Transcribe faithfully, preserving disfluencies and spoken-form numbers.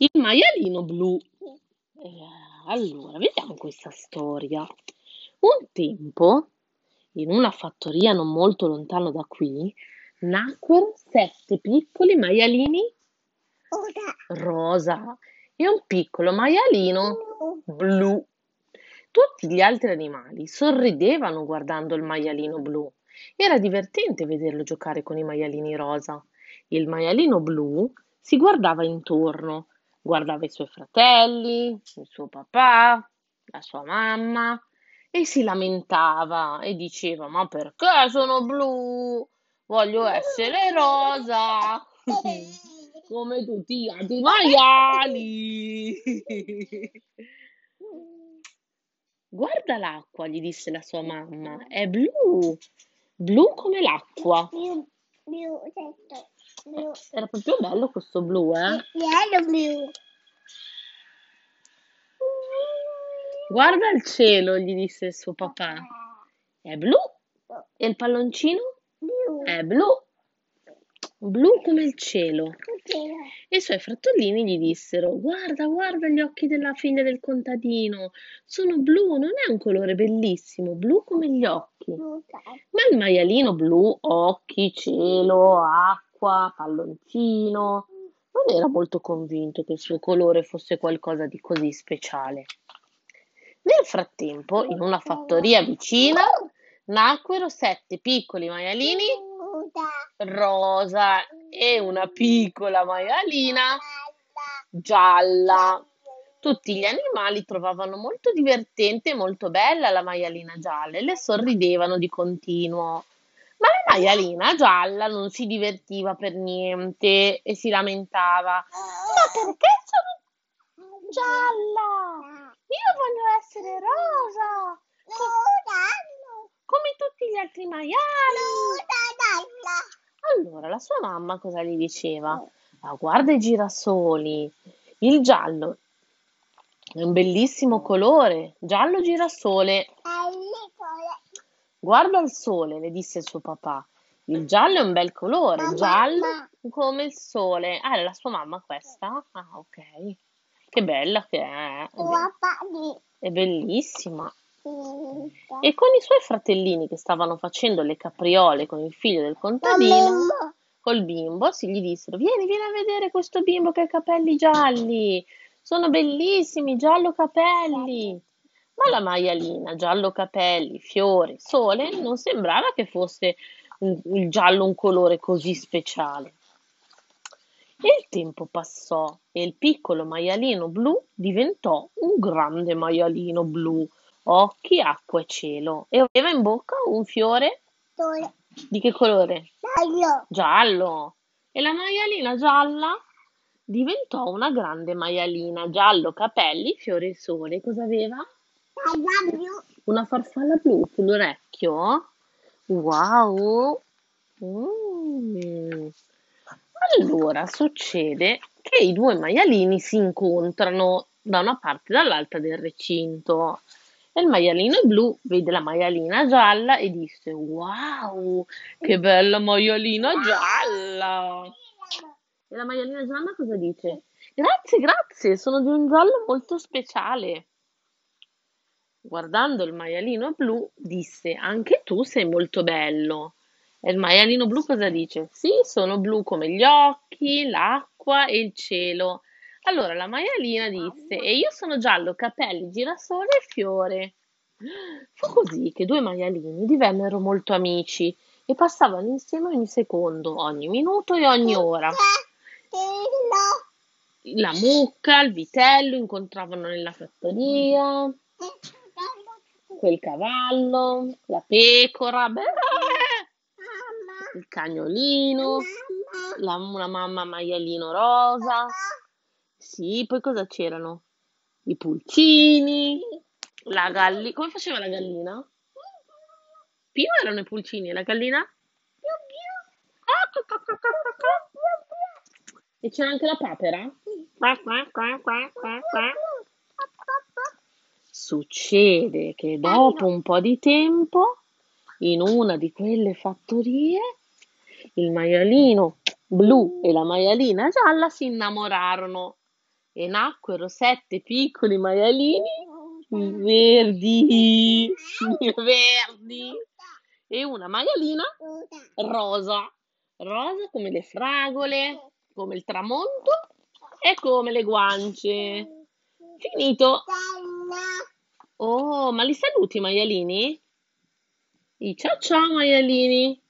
Il maialino blu. Eh, allora, vediamo questa storia. Un tempo, in una fattoria non molto lontano da qui, nacquero sette piccoli maialini rosa e un piccolo maialino blu. Tutti gli altri animali sorridevano guardando il maialino blu. Era divertente vederlo giocare con i maialini rosa. Il maialino blu si guardava intorno, guardava i suoi fratelli, il suo papà, la sua mamma e si lamentava e diceva: Ma perché sono blu? Voglio essere rosa come tutti gli altri maiali. Guarda l'acqua, gli disse la sua mamma, è blu, blu come l'acqua. Blu, blu, certo, blu. Era proprio bello questo blu, eh? Bello blu. Guarda il cielo, gli disse il suo papà. È blu? E il palloncino? Blu. È blu. Blu come il cielo. E i suoi fratellini gli dissero: Guarda, guarda gli occhi della figlia del contadino. Sono blu, non è un colore bellissimo, blu come gli occhi. Ma il maialino blu, occhi, cielo, acqua, palloncino, non era molto convinto che il suo colore fosse qualcosa di così speciale. Nel frattempo, in una fattoria vicina, nacquero sette piccoli maialini rosa e una piccola maialina gialla. Tutti gli animali trovavano molto divertente e molto bella la maialina gialla e le sorridevano di continuo. Ma la maialina gialla non si divertiva per niente e si lamentava. Ma perché sono gialla? Io voglio essere rosa, co- come tutti gli altri maiali. Allora la sua mamma cosa gli diceva? Ah, guarda i girasoli, il giallo è un bellissimo colore, giallo girasole. Guarda il sole, le disse il suo papà. Il giallo è un bel colore, Mamma, giallo mamma. come il sole. Ah, era la sua mamma questa? Ah, ok. Che bella che è. È, be- Papà di è bellissima. finta. E con i suoi fratellini che stavano facendo le capriole con il figlio del contadino, Mamma. col bimbo, si gli dissero: Vieni, vieni a vedere questo bimbo che ha i capelli gialli. Sono bellissimi, giallo capelli. Ma la maialina, giallo capelli, fiori, sole, non sembrava che fosse un- il giallo un colore così speciale. E il tempo passò e il piccolo maialino blu diventò un grande maialino blu, occhi, acqua e cielo, e aveva in bocca un fiore Sole. di che colore? Taglio. Giallo. E la maialina gialla diventò una grande maialina, giallo capelli, fiore e sole. Cosa aveva? Taglio. Una farfalla blu sull'orecchio? Wow! Mm. Allora succede che i due maialini si incontrano da una parte e dall'altra del recinto. E il maialino blu vede la maialina gialla e disse: Wow, che bella maialina gialla! E la maialina gialla cosa dice? Grazie, grazie, sono di un giallo molto speciale. Guardando il maialino blu, disse: Anche tu sei molto bello. E il maialino blu cosa dice? Sì, sono blu come gli occhi, l'acqua e il cielo. Allora la maialina disse: E io sono giallo, capelli, girasole e fiore. Fu così che i due maialini divennero molto amici e passavano insieme ogni secondo, ogni minuto e ogni ora. La mucca, il vitello incontravano nella fattoria, quel cavallo, la pecora, beh, il cagnolino, la- una mamma maialino rosa. Sì, poi cosa c'erano? I pulcini, la gallina. Come faceva la gallina? Pio erano i pulcini e la gallina? Ah, co- co- co- co- co- co. E c'era anche la papera? Qua, qua, qua, qua, qua, qua. Succede che dopo un po' di tempo, in una di quelle fattorie, il maialino blu e la maialina gialla si innamorarono e nacquero sette piccoli maialini verdi, verdi, e una maialina rosa, rosa come le fragole, come il tramonto e come le guance. Finito. Oh, ma li saluti i maialini? I ciao ciao maialini.